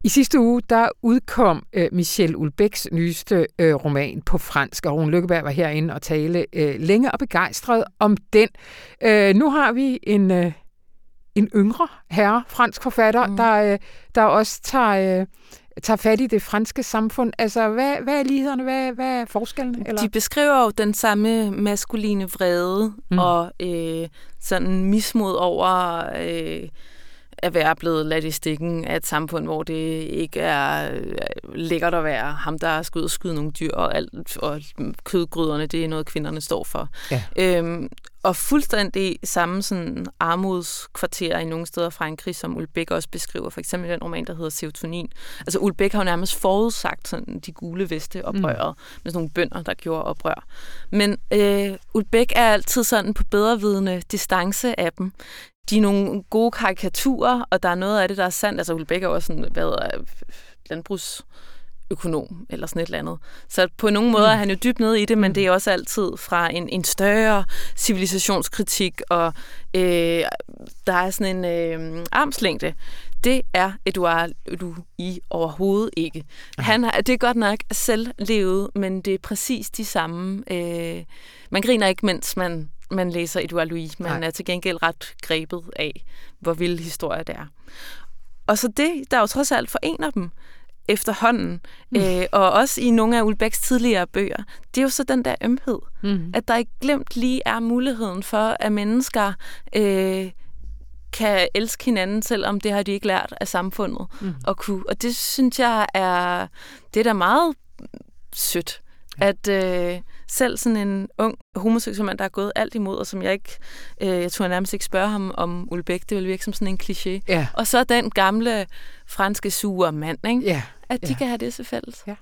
I sidste uge, der udkom Michel Houellebecqs nyeste roman på fransk, og Rune Lykkeberg var herinde og tale længe og begejstret om den. Nu har vi en yngre herre, fransk forfatter, der også tager fat i det franske samfund. Altså, hvad er lighederne? Hvad er forskellene? Eller? De beskriver jo den samme maskuline vrede og sådan mismod over at være blevet ladt i stikken af et samfund, hvor det ikke er lækkert at være ham, der skal ud og skyde nogle dyr, og kødgryderne, det er noget, kvinderne står for. Ja. Og fuldstændig samme sådan armodskvarter i nogle steder fra Frankrig, som Houellebecq også beskriver, for eksempel den roman, der hedder Serotonin. Altså Houellebecq har jo nærmest forudsagt sådan, de gule veste oprøret, med sådan nogle bønder, der gjorde oprør. Men Houellebecq er altid sådan på bedrevidende distance af dem. De er nogle gode karikaturer, og der er noget af det, der er sandt. Altså Houellebecq er også sådan, landbrugsøkonom eller sådan et eller andet. Så på nogle måder er han jo dybt nede i det, men det er også altid fra en større civilisationskritik, og der er sådan en armslængde. Det er Edouard Louis overhovedet ikke. Det er godt nok selvlevet, men det er præcis de samme. Man griner ikke, mens man læser Edouard Louis. Man er til gengæld ret grebet af, hvor vild historie det er. Og så det, der jo trods alt forener dem efterhånden, og også i nogle af Houellebecqs tidligere bøger, det er jo så den der ømhed, at der ikke glemt lige er muligheden for, at mennesker kan elske hinanden, selvom det har de ikke lært af samfundet at kunne. Og det synes jeg det er da meget sødt. At selv sådan en ung homoseksuel mand, der er gået alt imod, og som jeg tror nærmest ikke spørge ham om Houellebecq, det vil virke som sådan en kliché. Ja. Og så den gamle franske sure mand, ikke? Ja. At de kan have det til fælles. Ja.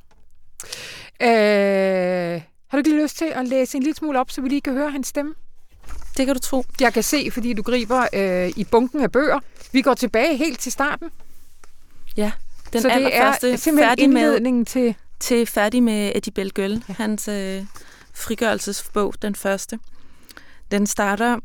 Har du ikke lyst til at læse en lille smule op, så vi lige kan høre hans stemme? Det kan du tro. Jeg kan se, fordi du griber i bunken af bøger. Vi går tilbage helt til starten. Ja, den så det er simpelthen indledningen til Færdig med Eddie Bellegueule, hans frigørelsesbog, den første. Den starter: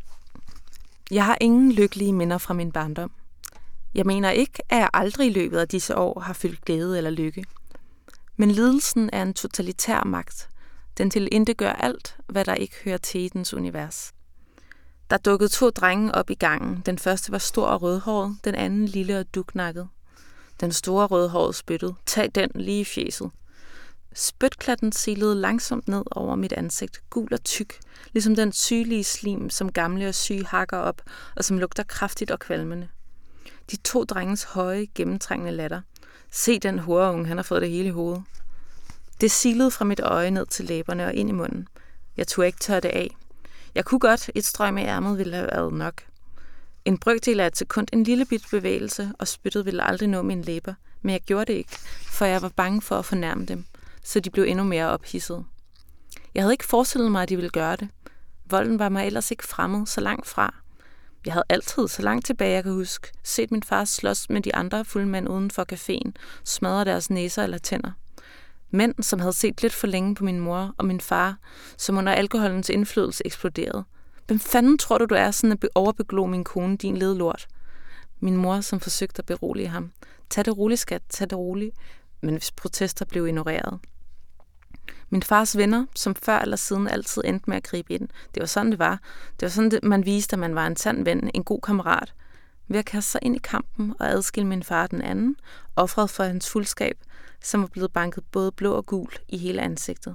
Jeg har ingen lykkelige minder fra min barndom. Jeg mener ikke, at jeg aldrig i løbet af disse år har følt glæde eller lykke. Men lidelsen er en totalitær magt. Den tilintetgør alt, hvad der ikke hører til i dens univers. Der dukkede 2 drenge op i gangen. Den første var stor og rødhåret, den anden lille og duknakket. Den store rødhårede spyttede: Tag den lige i fjeset. Spytklatten silede langsomt ned over mit ansigt, gul og tyk, ligesom den sygelige slim, som gamle og syge hakker op, og som lugter kraftigt og kvalmende. De 2 drenges høje, gennemtrængende latter. Se den horeunge, han har fået det hele i hovedet. Det silede fra mit øje ned til læberne og ind i munden. Jeg turde ikke tørre det af. Jeg kunne godt, et strøg med ærmet ville have været nok. En brøkdel af et sekund, en lille bit bevægelse, og spyttet ville aldrig nå mine læber, men jeg gjorde det ikke, for jeg var bange for at fornærme dem, så de blev endnu mere ophidset. Jeg havde ikke forestillet mig, at de ville gøre det. Volden var mig ellers ikke fremmed, så langt fra. Jeg havde altid, så langt tilbage jeg kan huske, set min far slås med de andre fulde mænd uden for caféen, smadre deres næser eller tænder. Mænd, som havde set lidt for længe på min mor og min far, som under alkoholens indflydelse eksploderede. Hvem fanden tror du er sådan at overbeglo min kone, din lede lort? Min mor, som forsøgte at berolige ham. Tag det roligt, skat, tag det roligt. Men hvis protester blev ignoreret. Min fars venner, som før eller siden altid endte med at gribe ind. Det var sådan, det var. Det var sådan, man viste, at man var en sand ven, en god kammerat. Ved at kaste sig ind i kampen og adskille min far den anden, offret for hans fuldskab, som var blevet banket både blå og gul i hele ansigtet.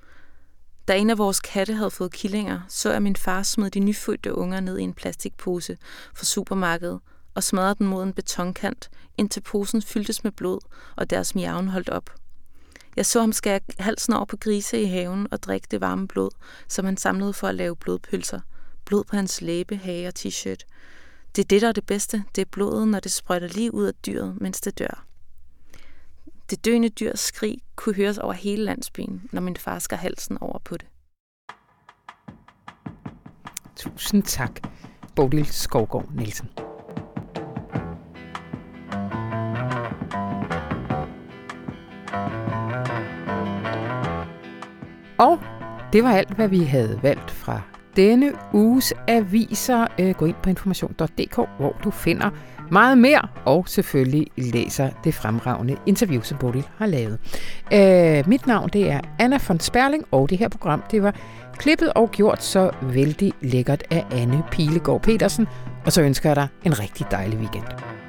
Da en af vores katte havde fået killinger, så jeg min far smide de nyfødte unger ned i en plastikpose fra supermarkedet og smadrede den mod en betonkant, indtil posen fyldtes med blod, og deres miaven holdt op. Jeg så ham skære halsen over på grise i haven og drikke det varme blod, som han samlede for at lave blodpølser. Blod på hans læbe, hage og t-shirt. Det er det, der er det bedste. Det er blodet, når det sprøjter lige ud af dyret, mens det dør. Det døende dyrs skrig kunne høres over hele landsbyen, når min far skar halsen over på det. Tusind tak, Bodil Skovgaard Nielsen. Og det var alt, hvad vi havde valgt fra denne uges aviser. Gå ind på information.dk, hvor du finder meget mere, og selvfølgelig læser det fremragende interview, som Bodil har lavet. Mit navn, det er Anna von Sperling, og det her program, det var klippet og gjort så vældig lækkert af Anne Pilegaard Petersen, og så ønsker jeg dig en rigtig dejlig weekend.